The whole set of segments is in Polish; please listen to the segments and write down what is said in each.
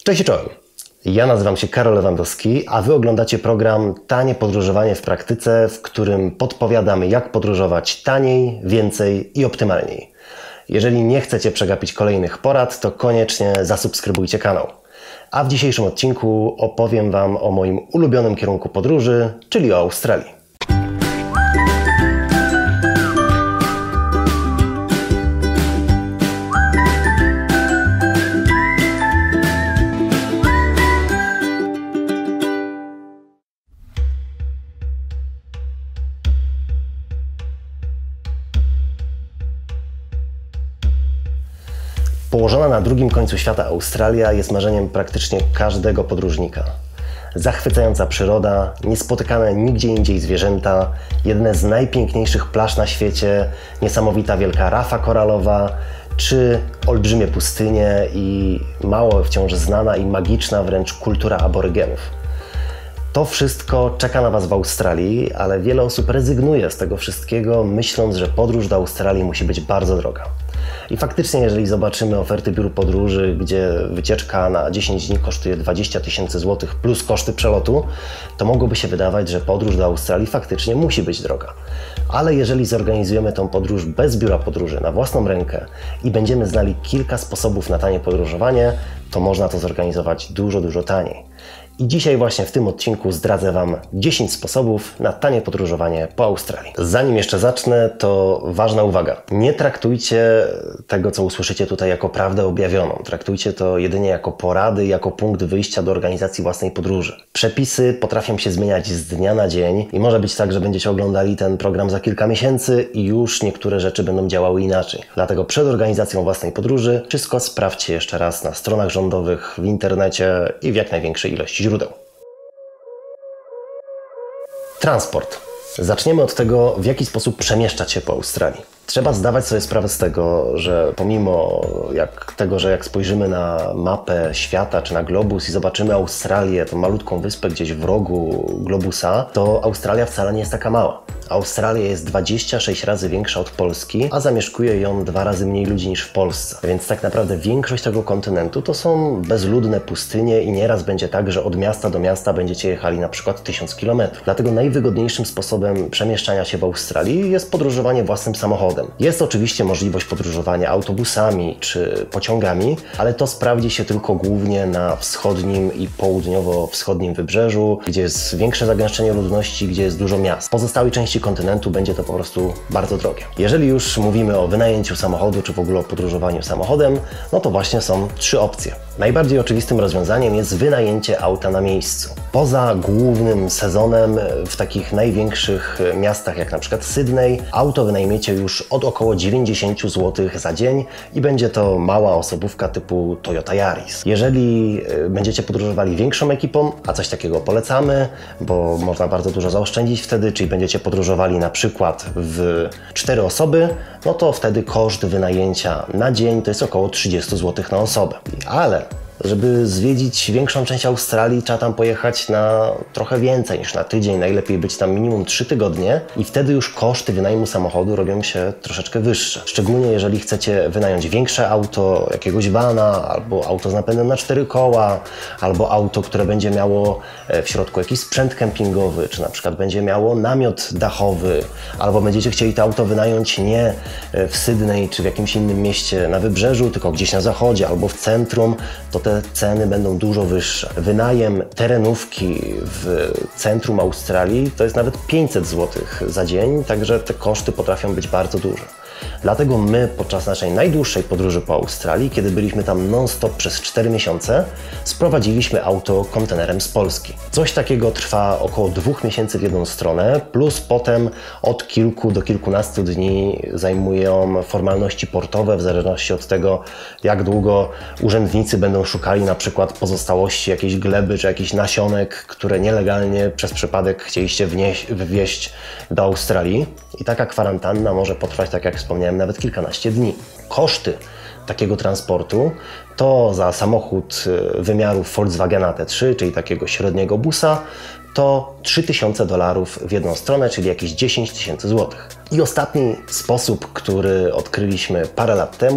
Cześć i czołem. Ja nazywam się Karol Lewandowski, a Wy oglądacie program Tanie Podróżowanie w Praktyce, w którym podpowiadamy, jak podróżować taniej, więcej i optymalniej. Jeżeli nie chcecie przegapić kolejnych porad, to koniecznie zasubskrybujcie kanał. A w dzisiejszym odcinku opowiem Wam o moim ulubionym kierunku podróży, czyli o Australii. Położona na drugim końcu świata Australia jest marzeniem praktycznie każdego podróżnika. Zachwycająca przyroda, niespotykane nigdzie indziej zwierzęta, jedne z najpiękniejszych plaż na świecie, niesamowita wielka rafa koralowa, czy olbrzymie pustynie i mało wciąż znana i magiczna wręcz kultura aborygenów. To wszystko czeka na Was w Australii, ale wiele osób rezygnuje z tego wszystkiego, myśląc, że podróż do Australii musi być bardzo droga. I faktycznie, jeżeli zobaczymy oferty biur podróży, gdzie wycieczka na 10 dni kosztuje 20 000 złotych plus koszty przelotu, to mogłoby się wydawać, że podróż do Australii faktycznie musi być droga. Ale jeżeli zorganizujemy tą podróż bez biura podróży na własną rękę i będziemy znali kilka sposobów na tanie podróżowanie, to można to zorganizować dużo taniej. I dzisiaj właśnie w tym odcinku zdradzę Wam 10 sposobów na tanie podróżowanie po Australii. Zanim jeszcze zacznę, to ważna uwaga. Nie traktujcie tego, co usłyszycie tutaj, jako prawdę objawioną. Traktujcie to jedynie jako porady, jako punkt wyjścia do organizacji własnej podróży. Przepisy potrafią się zmieniać z dnia na dzień i może być tak, że będziecie oglądali ten program za kilka miesięcy i już niektóre rzeczy będą działały inaczej. Dlatego przed organizacją własnej podróży wszystko sprawdźcie jeszcze raz na stronach rządowych, w internecie i w jak największej ilości źródeł. Transport. Zaczniemy od tego, w jaki sposób przemieszczać się po Australii. Trzeba zdawać sobie sprawę z tego, że pomimo że jak spojrzymy na mapę świata czy na globus i zobaczymy Australię, tą malutką wyspę gdzieś w rogu globusa, to Australia wcale nie jest taka mała. Australia jest 26 razy większa od Polski, a zamieszkuje ją 2 razy mniej ludzi niż w Polsce. Więc tak naprawdę większość tego kontynentu to są bezludne pustynie i nieraz będzie tak, że od miasta do miasta będziecie jechali na przykład 1000 km. Dlatego najwygodniejszym sposobem przemieszczania się w Australii jest podróżowanie własnym samochodem. Jest oczywiście możliwość podróżowania autobusami czy pociągami, ale to sprawdzi się tylko głównie na wschodnim i południowo-wschodnim wybrzeżu, gdzie jest większe zagęszczenie ludności, gdzie jest dużo miast. W pozostałej części kontynentu będzie to po prostu bardzo drogie. Jeżeli już mówimy o wynajęciu samochodu, czy w ogóle o podróżowaniu samochodem, no to właśnie są 3 opcje. Najbardziej oczywistym rozwiązaniem jest wynajęcie auta na miejscu. Poza głównym sezonem w takich największych miastach jak na przykład Sydney, auto wynajmiecie już od około 90 zł za dzień i będzie to mała osobówka typu Toyota Yaris. Jeżeli będziecie podróżowali większą ekipą, a coś takiego polecamy, bo można bardzo dużo zaoszczędzić wtedy, czyli będziecie podróżowali na przykład w 4 osoby, no to wtedy koszt wynajęcia na dzień to jest około 30 zł na osobę. Ale żeby zwiedzić większą część Australii, trzeba tam pojechać na trochę więcej niż na tydzień, najlepiej być tam minimum 3 tygodnie i wtedy już koszty wynajmu samochodu robią się troszeczkę wyższe. Szczególnie jeżeli chcecie wynająć większe auto, jakiegoś vana, albo auto z napędem na 4 koła, albo auto, które będzie miało w środku jakiś sprzęt kempingowy, czy na przykład będzie miało namiot dachowy, albo będziecie chcieli to auto wynająć nie w Sydney, czy w jakimś innym mieście na wybrzeżu, tylko gdzieś na zachodzie, albo w centrum, to te ceny będą dużo wyższe. Wynajem terenówki w centrum Australii to jest nawet 500 zł za dzień, także te koszty potrafią być bardzo duże. Dlatego my podczas naszej najdłuższej podróży po Australii, kiedy byliśmy tam non-stop przez 4 miesiące, sprowadziliśmy auto kontenerem z Polski. Coś takiego trwa około 2 miesięcy w jedną stronę, plus potem od kilku do kilkunastu dni zajmują formalności portowe, w zależności od tego, jak długo urzędnicy będą szukali na przykład pozostałości jakiejś gleby czy jakichś nasionek, które nielegalnie przez przypadek chcieliście wywieźć do Australii. I taka kwarantanna może potrwać, tak jak wspomniałem, nawet kilkanaście dni. Koszty takiego transportu to za samochód wymiaru Volkswagena T3, czyli takiego średniego busa, to $3000 w jedną stronę, czyli jakieś 10 000 złotych. I ostatni sposób, który odkryliśmy parę lat temu,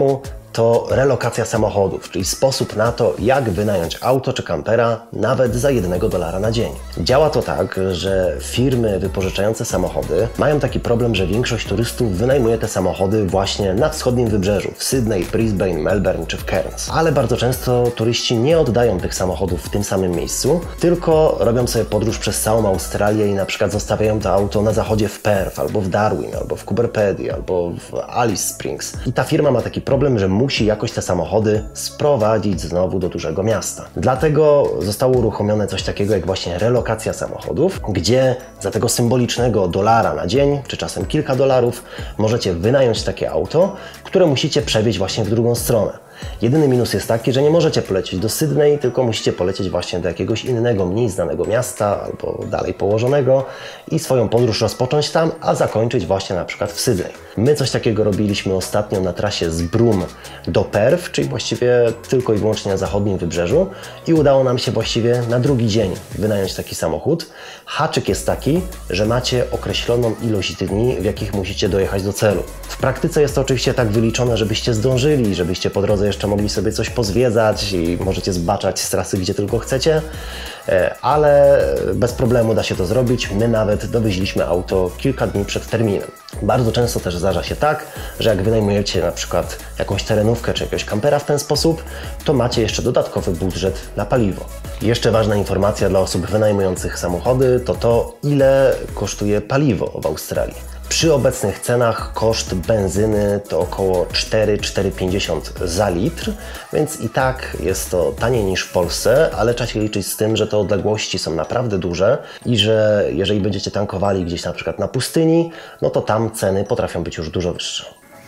to relokacja samochodów, czyli sposób na to, jak wynająć auto czy kampera nawet za $1 na dzień. Działa to tak, że firmy wypożyczające samochody mają taki problem, że większość turystów wynajmuje te samochody właśnie na wschodnim wybrzeżu, w Sydney, Brisbane, Melbourne czy w Cairns. Ale bardzo często turyści nie oddają tych samochodów w tym samym miejscu, tylko robią sobie podróż przez całą Australię i na przykład zostawiają to auto na zachodzie w Perth, albo w Darwin, albo w Coober Pedy, albo w Alice Springs. I ta firma ma taki problem, że musi jakoś te samochody sprowadzić znowu do dużego miasta. Dlatego zostało uruchomione coś takiego jak właśnie relokacja samochodów, gdzie za tego symbolicznego $1 na dzień, czy czasem kilka dolarów, możecie wynająć takie auto, które musicie przewieźć właśnie w drugą stronę. Jedyny minus jest taki, że nie możecie polecieć do Sydney, tylko musicie polecieć właśnie do jakiegoś innego, mniej znanego miasta albo dalej położonego i swoją podróż rozpocząć tam, a zakończyć właśnie na przykład w Sydney. My coś takiego robiliśmy ostatnio na trasie z Broome do Perth, czyli właściwie tylko i wyłącznie na zachodnim wybrzeżu i udało nam się właściwie na drugi dzień wynająć taki samochód. Haczyk jest taki, że macie określoną ilość dni, w jakich musicie dojechać do celu. W praktyce jest to oczywiście tak wyliczone, żebyście zdążyli, żebyście po drodze jeszcze mogli sobie coś pozwiedzać i możecie zbaczać z trasy, gdzie tylko chcecie, ale bez problemu da się to zrobić. My nawet dowieźliśmy auto kilka dni przed terminem. Bardzo często też zdarza się tak, że jak wynajmujecie na przykład jakąś terenówkę czy jakiegoś kampera w ten sposób, to macie jeszcze dodatkowy budżet na paliwo. Jeszcze ważna informacja dla osób wynajmujących samochody to ile kosztuje paliwo w Australii. Przy obecnych cenach koszt benzyny to około 4,50 za litr, więc i tak jest to taniej niż w Polsce, ale trzeba się liczyć z tym, że te odległości są naprawdę duże i że jeżeli będziecie tankowali gdzieś na przykład na pustyni, no to tam ceny potrafią być już dużo wyższe.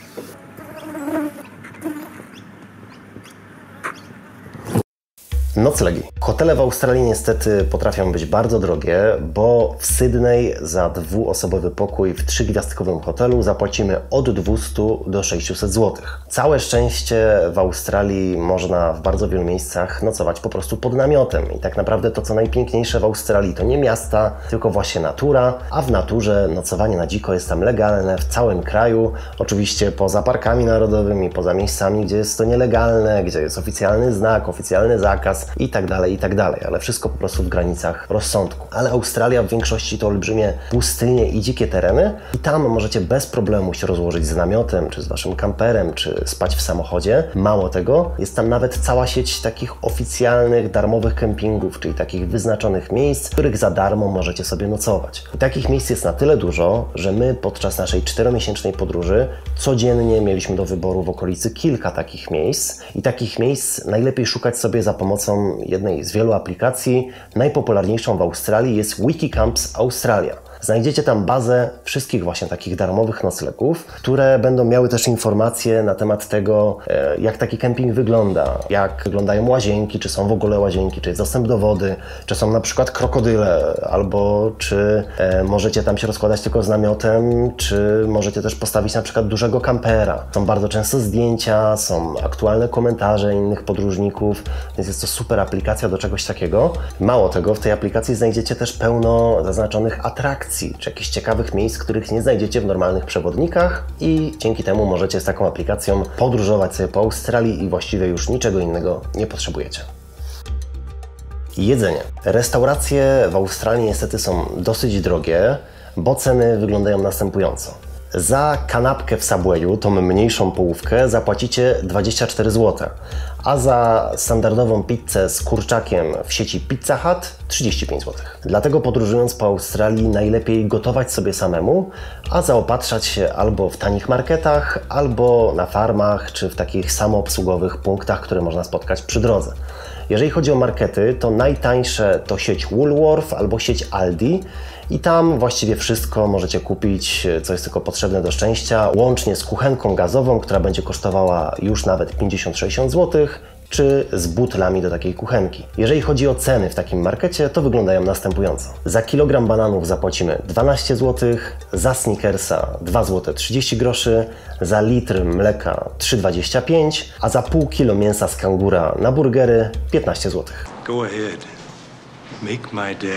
Noclegi. Hotele w Australii niestety potrafią być bardzo drogie, bo w Sydney za dwuosobowy pokój w 3-gwiazdkowym hotelu zapłacimy od 200 do 600 zł. Całe szczęście w Australii można w bardzo wielu miejscach nocować po prostu pod namiotem i tak naprawdę to, co najpiękniejsze w Australii, to nie miasta, tylko właśnie natura, a w naturze nocowanie na dziko jest tam legalne w całym kraju, oczywiście poza parkami narodowymi, poza miejscami, gdzie jest to nielegalne, gdzie jest oficjalny znak, oficjalny zakaz i tak dalej, ale wszystko po prostu w granicach rozsądku. Ale Australia w większości to olbrzymie pustynie i dzikie tereny i tam możecie bez problemu się rozłożyć z namiotem, czy z waszym kamperem, czy spać w samochodzie. Mało tego, jest tam nawet cała sieć takich oficjalnych, darmowych kempingów, czyli takich wyznaczonych miejsc, w których za darmo możecie sobie nocować. I takich miejsc jest na tyle dużo, że my podczas naszej 4-miesięcznej podróży codziennie mieliśmy do wyboru w okolicy kilka takich miejsc i takich miejsc najlepiej szukać sobie za pomocą jednej z wielu aplikacji. Najpopularniejszą w Australii jest Wikicamps Australia. Znajdziecie tam bazę wszystkich właśnie takich darmowych noclegów, które będą miały też informacje na temat tego, jak taki kemping wygląda, jak wyglądają łazienki, czy są w ogóle łazienki, czy jest dostęp do wody, czy są na przykład krokodyle, albo czy możecie tam się rozkładać tylko z namiotem, czy możecie też postawić na przykład dużego kampera. Są bardzo często zdjęcia, są aktualne komentarze innych podróżników, więc jest to super aplikacja do czegoś takiego. Mało tego, w tej aplikacji znajdziecie też pełno zaznaczonych atrakcji, czy jakichś ciekawych miejsc, których nie znajdziecie w normalnych przewodnikach i dzięki temu możecie z taką aplikacją podróżować sobie po Australii i właściwie już niczego innego nie potrzebujecie. Jedzenie. Restauracje w Australii niestety są dosyć drogie, bo ceny wyglądają następująco. Za kanapkę w Subwayu, tą mniejszą połówkę, zapłacicie 24 zł, a za standardową pizzę z kurczakiem w sieci Pizza Hut 35 zł. Dlatego podróżując po Australii najlepiej gotować sobie samemu, a zaopatrzać się albo w tanich marketach, albo na farmach, czy w takich samoobsługowych punktach, które można spotkać przy drodze. Jeżeli chodzi o markety, to najtańsze to sieć Woolworth albo sieć Aldi i tam właściwie wszystko możecie kupić, co jest tylko potrzebne do szczęścia, łącznie z kuchenką gazową, która będzie kosztowała już nawet 50-60 zł, czy z butlami do takiej kuchenki. Jeżeli chodzi o ceny w takim markecie, to wyglądają następująco. Za kilogram bananów zapłacimy 12 zł, za Snickersa 2 zł 30 groszy, za litr mleka 3,25, a za pół kilo mięsa z kangura na burgery 15 zł. Go ahead. Make my day.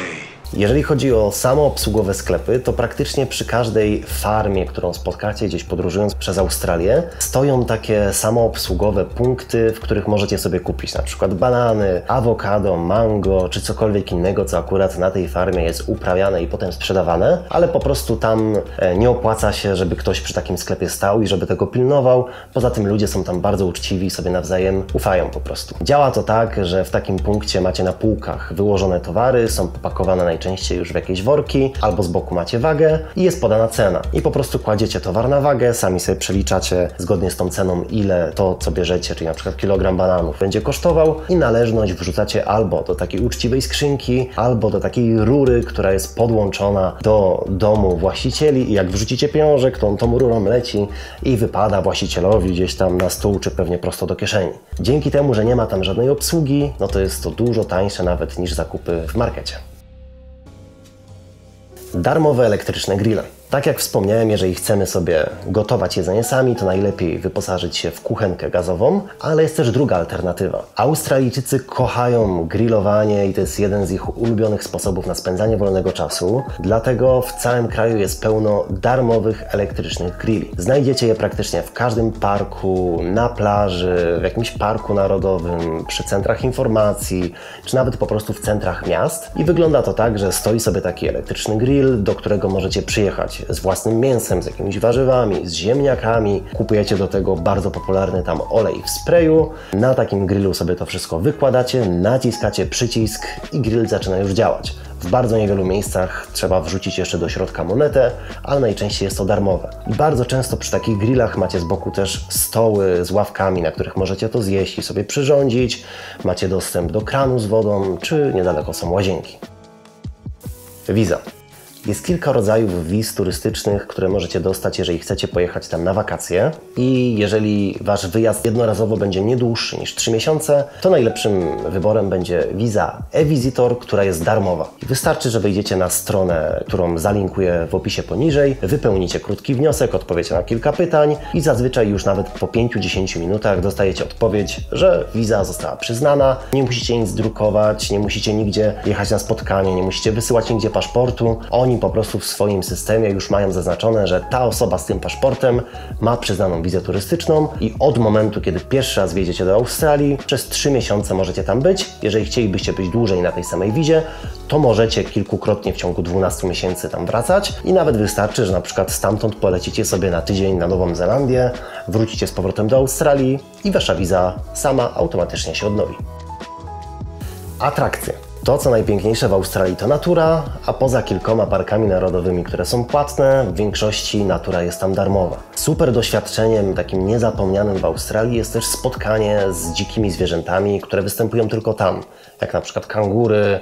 Jeżeli chodzi o samoobsługowe sklepy, to praktycznie przy każdej farmie, którą spotkacie gdzieś podróżując przez Australię, stoją takie samoobsługowe punkty, w których możecie sobie kupić na przykład banany, awokado, mango czy cokolwiek innego, co akurat na tej farmie jest uprawiane i potem sprzedawane, ale po prostu tam nie opłaca się, żeby ktoś przy takim sklepie stał i żeby tego pilnował. Poza tym ludzie są tam bardzo uczciwi i sobie nawzajem ufają po prostu. Działa to tak, że w takim punkcie macie na półkach wyłożone towary, są popakowane najczęściej już w jakieś worki, albo z boku macie wagę i jest podana cena. I po prostu kładziecie towar na wagę, sami sobie przeliczacie zgodnie z tą ceną, ile to, co bierzecie, czyli na przykład kilogram bananów będzie kosztował i należność wrzucacie albo do takiej uczciwej skrzynki, albo do takiej rury, która jest podłączona do domu właścicieli i jak wrzucicie pieniążek, to on tą rurą leci i wypada właścicielowi gdzieś tam na stół, czy pewnie prosto do kieszeni. Dzięki temu, że nie ma tam żadnej obsługi, no to jest to dużo tańsze nawet niż zakupy w markecie. Darmowe elektryczne grille. Tak jak wspomniałem, jeżeli chcemy sobie gotować jedzenie sami, to najlepiej wyposażyć się w kuchenkę gazową, ale jest też druga alternatywa. Australijczycy kochają grillowanie i to jest jeden z ich ulubionych sposobów na spędzanie wolnego czasu, dlatego w całym kraju jest pełno darmowych elektrycznych grilli. Znajdziecie je praktycznie w każdym parku, na plaży, w jakimś parku narodowym, przy centrach informacji, czy nawet po prostu w centrach miast. I wygląda to tak, że stoi sobie taki elektryczny grill, do którego możecie przyjechać z własnym mięsem, z jakimiś warzywami, z ziemniakami. Kupujecie do tego bardzo popularny tam olej w sprayu. Na takim grillu sobie to wszystko wykładacie, naciskacie przycisk i grill zaczyna już działać. W bardzo niewielu miejscach trzeba wrzucić jeszcze do środka monetę, ale najczęściej jest to darmowe. I bardzo często przy takich grillach macie z boku też stoły z ławkami, na których możecie to zjeść i sobie przyrządzić. Macie dostęp do kranu z wodą, czy niedaleko są łazienki. Wiza. Jest kilka rodzajów wiz turystycznych, które możecie dostać, jeżeli chcecie pojechać tam na wakacje. I jeżeli Wasz wyjazd jednorazowo będzie nie dłuższy niż 3 miesiące, to najlepszym wyborem będzie wiza e-Visitor, która jest darmowa. Wystarczy, że wejdziecie na stronę, którą zalinkuję w opisie poniżej, wypełnicie krótki wniosek, odpowiecie na kilka pytań i zazwyczaj już nawet po 5-10 minutach dostajecie odpowiedź, że wiza została przyznana. Nie musicie nic drukować, nie musicie nigdzie jechać na spotkanie, nie musicie wysyłać nigdzie paszportu. Oni po prostu w swoim systemie już mają zaznaczone, że ta osoba z tym paszportem ma przyznaną wizę turystyczną i od momentu, kiedy pierwszy raz wjedziecie do Australii, przez 3 miesiące możecie tam być. Jeżeli chcielibyście być dłużej na tej samej wizie, to możecie kilkukrotnie w ciągu 12 miesięcy tam wracać i nawet wystarczy, że na przykład stamtąd polecicie sobie na tydzień na Nową Zelandię, wrócicie z powrotem do Australii i Wasza wiza sama automatycznie się odnowi. Atrakcje. To, co najpiękniejsze w Australii, to natura, a poza kilkoma parkami narodowymi, które są płatne, w większości natura jest tam darmowa. Super doświadczeniem, takim niezapomnianym w Australii jest też spotkanie z dzikimi zwierzętami, które występują tylko tam, jak na przykład kangury,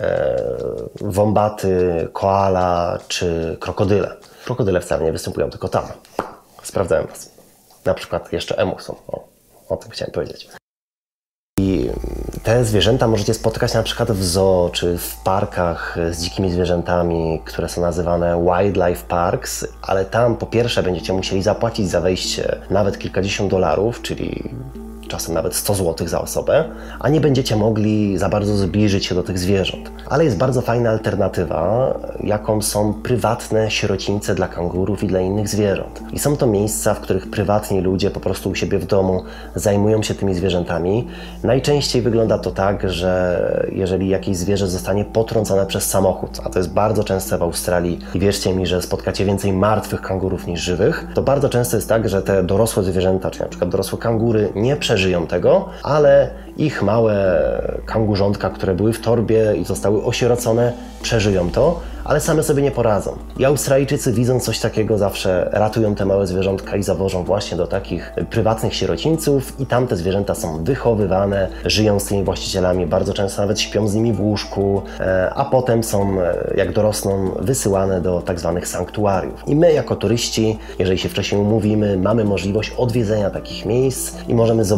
wombaty, koala czy krokodyle. Krokodyle wcale nie występują tylko tam. Sprawdzałem Was. Na przykład jeszcze emu są. O tym chciałem powiedzieć. I te zwierzęta możecie spotkać na przykład w zoo czy w parkach z dzikimi zwierzętami, które są nazywane Wildlife Parks, ale tam po pierwsze będziecie musieli zapłacić za wejście nawet kilkadziesiąt dolarów, czyli czasem nawet 100 zł za osobę, a nie będziecie mogli za bardzo zbliżyć się do tych zwierząt. Ale jest bardzo fajna alternatywa, jaką są prywatne sierocińce dla kangurów i dla innych zwierząt. I są to miejsca, w których prywatni ludzie po prostu u siebie w domu zajmują się tymi zwierzętami. Najczęściej wygląda to tak, że jeżeli jakieś zwierzę zostanie potrącone przez samochód, a to jest bardzo częste w Australii i wierzcie mi, że spotkacie więcej martwych kangurów niż żywych, to bardzo często jest tak, że te dorosłe zwierzęta, czy na przykład dorosłe kangury nie przeżyją tego, ale ich małe kangurzątka, które były w torbie i zostały osierocone, przeżyją to, ale same sobie nie poradzą. I Australijczycy, widząc coś takiego, zawsze ratują te małe zwierzątka i zawożą właśnie do takich prywatnych sierocińców i tam te zwierzęta są wychowywane, żyją z tymi właścicielami, bardzo często nawet śpią z nimi w łóżku, a potem są, jak dorosną, wysyłane do tak zwanych sanktuariów. I my jako turyści, jeżeli się wcześniej umówimy, mamy możliwość odwiedzenia takich miejsc i możemy zobaczyć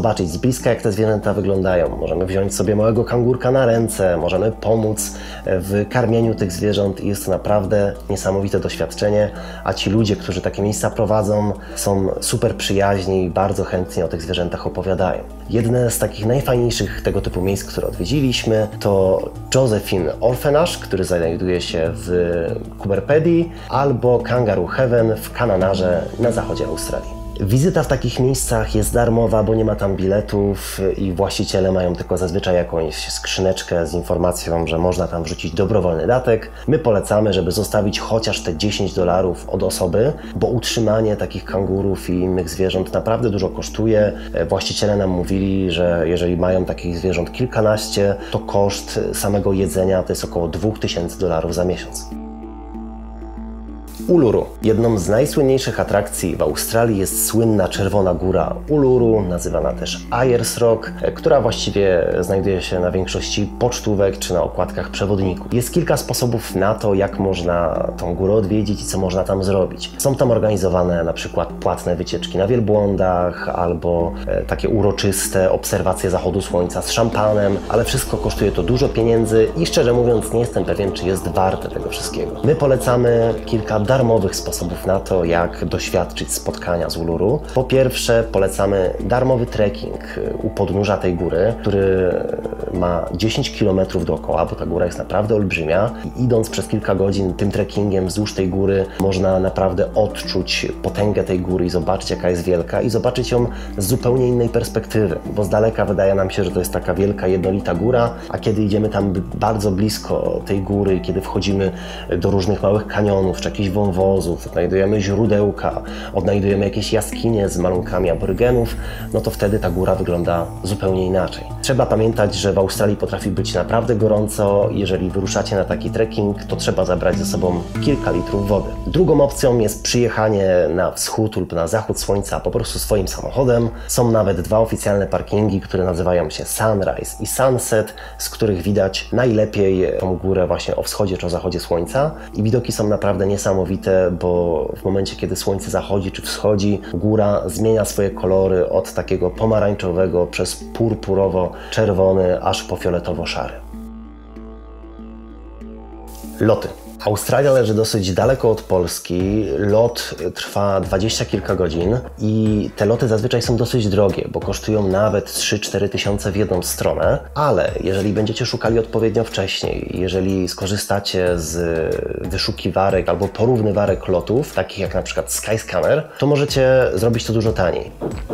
zobaczyć z bliska, jak te zwierzęta wyglądają. Możemy wziąć sobie małego kangurka na ręce, możemy pomóc w karmieniu tych zwierząt i jest to naprawdę niesamowite doświadczenie, a ci ludzie, którzy takie miejsca prowadzą, są super przyjaźni i bardzo chętnie o tych zwierzętach opowiadają. Jedne z takich najfajniejszych tego typu miejsc, które odwiedziliśmy, to Josephine Orphanage, który znajduje się w Coober Pedy, albo Kangaroo Heaven w Kananarze na zachodzie Australii. Wizyta w takich miejscach jest darmowa, bo nie ma tam biletów i właściciele mają tylko zazwyczaj jakąś skrzyneczkę z informacją, że można tam wrzucić dobrowolny datek. My polecamy, żeby zostawić chociaż te $10 od osoby, bo utrzymanie takich kangurów i innych zwierząt naprawdę dużo kosztuje. Właściciele nam mówili, że jeżeli mają takich zwierząt kilkanaście, to koszt samego jedzenia to jest około $2000 za miesiąc. Uluru. Jedną z najsłynniejszych atrakcji w Australii jest słynna Czerwona Góra Uluru, nazywana też Ayers Rock, która właściwie znajduje się na większości pocztówek czy na okładkach przewodników. Jest kilka sposobów na to, jak można tą górę odwiedzić i co można tam zrobić. Są tam organizowane na przykład płatne wycieczki na wielbłądach albo takie uroczyste obserwacje zachodu słońca z szampanem, ale wszystko kosztuje to dużo pieniędzy i szczerze mówiąc nie jestem pewien, czy jest warte tego wszystkiego. My polecamy kilka darmowych sposobów na to, jak doświadczyć spotkania z Uluru. Po pierwsze, polecamy darmowy trekking u podnóża tej góry, który ma 10 km dookoła, bo ta góra jest naprawdę olbrzymia. I idąc przez kilka godzin tym trekkingiem wzdłuż tej góry, można naprawdę odczuć potęgę tej góry i zobaczyć, jaka jest wielka i zobaczyć ją z zupełnie innej perspektywy, bo z daleka wydaje nam się, że to jest taka wielka, jednolita góra, a kiedy idziemy tam bardzo blisko tej góry, kiedy wchodzimy do różnych małych kanionów czy jakichś wąwozów, odnajdujemy źródełka, odnajdujemy jakieś jaskinie z malunkami aborygenów, no to wtedy ta góra wygląda zupełnie inaczej. Trzeba pamiętać, że w Australii potrafi być naprawdę gorąco. Jeżeli wyruszacie na taki trekking, to trzeba zabrać ze sobą kilka litrów wody. Drugą opcją jest przyjechanie na wschód lub na zachód słońca po prostu swoim samochodem. Są nawet dwa oficjalne parkingi, które nazywają się Sunrise i Sunset, z których widać najlepiej tą górę właśnie o wschodzie czy o zachodzie słońca i widoki są naprawdę niesamowite, bo w momencie, kiedy słońce zachodzi czy wschodzi, góra zmienia swoje kolory od takiego pomarańczowego przez purpurowo-czerwony aż po fioletowo-szary. Loty. Australia leży dosyć daleko od Polski, lot trwa 20 kilka godzin i te loty zazwyczaj są dosyć drogie, bo kosztują nawet 3-4 tysiące w jedną stronę, ale jeżeli będziecie szukali odpowiednio wcześniej, jeżeli skorzystacie z wyszukiwarek albo porównywarek lotów, takich jak na przykład Skyscanner, to możecie zrobić to dużo taniej.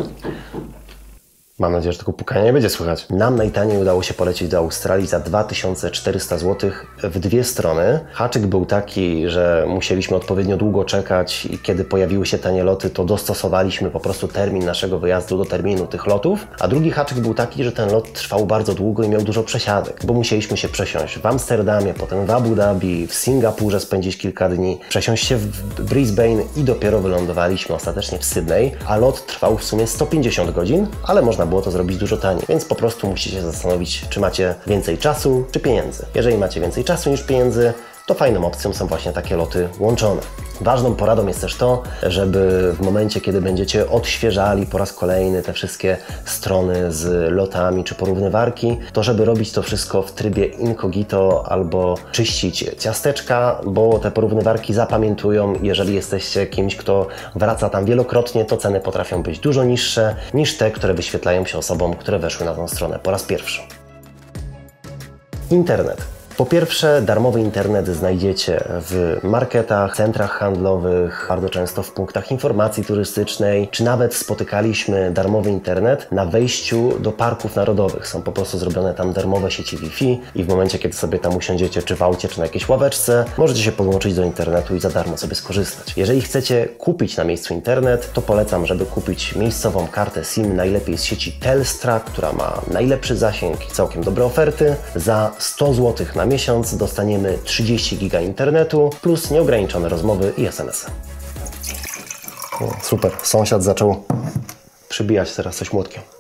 Mam nadzieję, że tego pukania nie będzie słychać. Nam najtaniej udało się polecieć do Australii za 2400 zł w dwie strony. Haczyk był taki, że musieliśmy odpowiednio długo czekać i kiedy pojawiły się tanie loty, to dostosowaliśmy po prostu termin naszego wyjazdu do terminu tych lotów. A drugi haczyk był taki, że ten lot trwał bardzo długo i miał dużo przesiadek, bo musieliśmy się przesiąść w Amsterdamie, potem w Abu Dhabi, w Singapurze spędzić kilka dni, przesiąść się w Brisbane i dopiero wylądowaliśmy ostatecznie w Sydney, a lot trwał w sumie 150 godzin, ale można było to zrobić dużo taniej, więc po prostu musicie się zastanowić, czy macie więcej czasu, czy pieniędzy. Jeżeli macie więcej czasu niż pieniędzy, to fajną opcją są właśnie takie loty łączone. Ważną poradą jest też to, żeby w momencie, kiedy będziecie odświeżali po raz kolejny te wszystkie strony z lotami czy porównywarki, to żeby robić to wszystko w trybie incognito albo czyścić ciasteczka, bo te porównywarki zapamiętują. Jeżeli jesteście kimś, kto wraca tam wielokrotnie, to ceny potrafią być dużo niższe niż te, które wyświetlają się osobom, które weszły na tą stronę po raz pierwszy. Internet. Po pierwsze, darmowy internet znajdziecie w marketach, centrach handlowych, bardzo często w punktach informacji turystycznej, czy nawet spotykaliśmy darmowy internet na wejściu do parków narodowych. Są po prostu zrobione tam darmowe sieci Wi-Fi i w momencie, kiedy sobie tam usiądziecie, czy w aucie, czy na jakiejś ławeczce, możecie się podłączyć do internetu i za darmo sobie skorzystać. Jeżeli chcecie kupić na miejscu internet, to polecam, żeby kupić miejscową kartę SIM, najlepiej z sieci Telstra, która ma najlepszy zasięg i całkiem dobre oferty. Za 100 zł na miesiąc dostaniemy 30 giga internetu plus nieograniczone rozmowy i SMS-y. Super, sąsiad zaczął przybijać teraz coś młotkiem.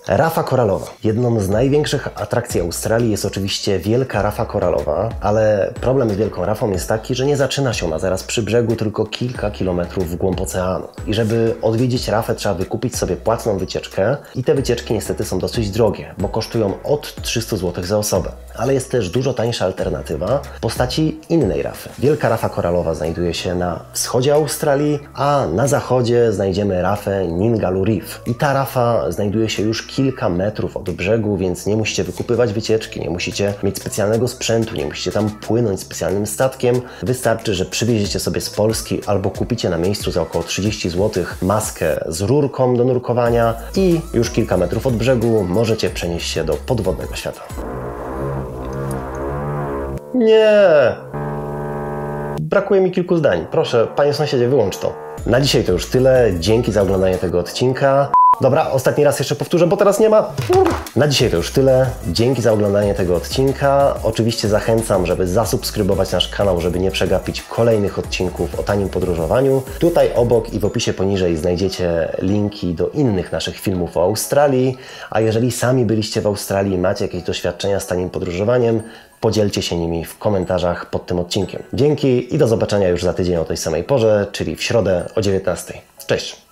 Rafa koralowa. Jedną z największych atrakcji Australii jest oczywiście wielka rafa koralowa, ale problem z wielką rafą jest taki, że nie zaczyna się ona zaraz przy brzegu, tylko kilka kilometrów w głąb oceanu. I żeby odwiedzić rafę, trzeba wykupić sobie płatną wycieczkę i te wycieczki niestety są dosyć drogie, bo kosztują od 300 zł za osobę. Ale jest też dużo tańsza alternatywa w postaci innej rafy. Wielka rafa koralowa znajduje się na wschodzie Australii, a na zachodzie znajdziemy rafę Ningaloo Reef. I ta rafa znajduje się już kilka metrów od brzegu, więc nie musicie wykupywać wycieczki, nie musicie mieć specjalnego sprzętu, nie musicie tam płynąć specjalnym statkiem. Wystarczy, że przywieziecie sobie z Polski albo kupicie na miejscu za około 30 zł maskę z rurką do nurkowania i już kilka metrów od brzegu możecie przenieść się do podwodnego świata. Nie! Brakuje mi kilku zdań. Proszę, panie sąsiedzie, wyłącz to. Na dzisiaj to już tyle. Dzięki za oglądanie tego odcinka. Dobra, ostatni raz jeszcze powtórzę, bo teraz nie ma. Na dzisiaj to już tyle. Dzięki za oglądanie tego odcinka. Oczywiście zachęcam, żeby zasubskrybować nasz kanał, żeby nie przegapić kolejnych odcinków o tanim podróżowaniu. Tutaj obok i w opisie poniżej znajdziecie linki do innych naszych filmów o Australii. A jeżeli sami byliście w Australii i macie jakieś doświadczenia z tanim podróżowaniem, podzielcie się nimi w komentarzach pod tym odcinkiem. Dzięki i do zobaczenia już za tydzień o tej samej porze, czyli w środę o 19:00. Cześć!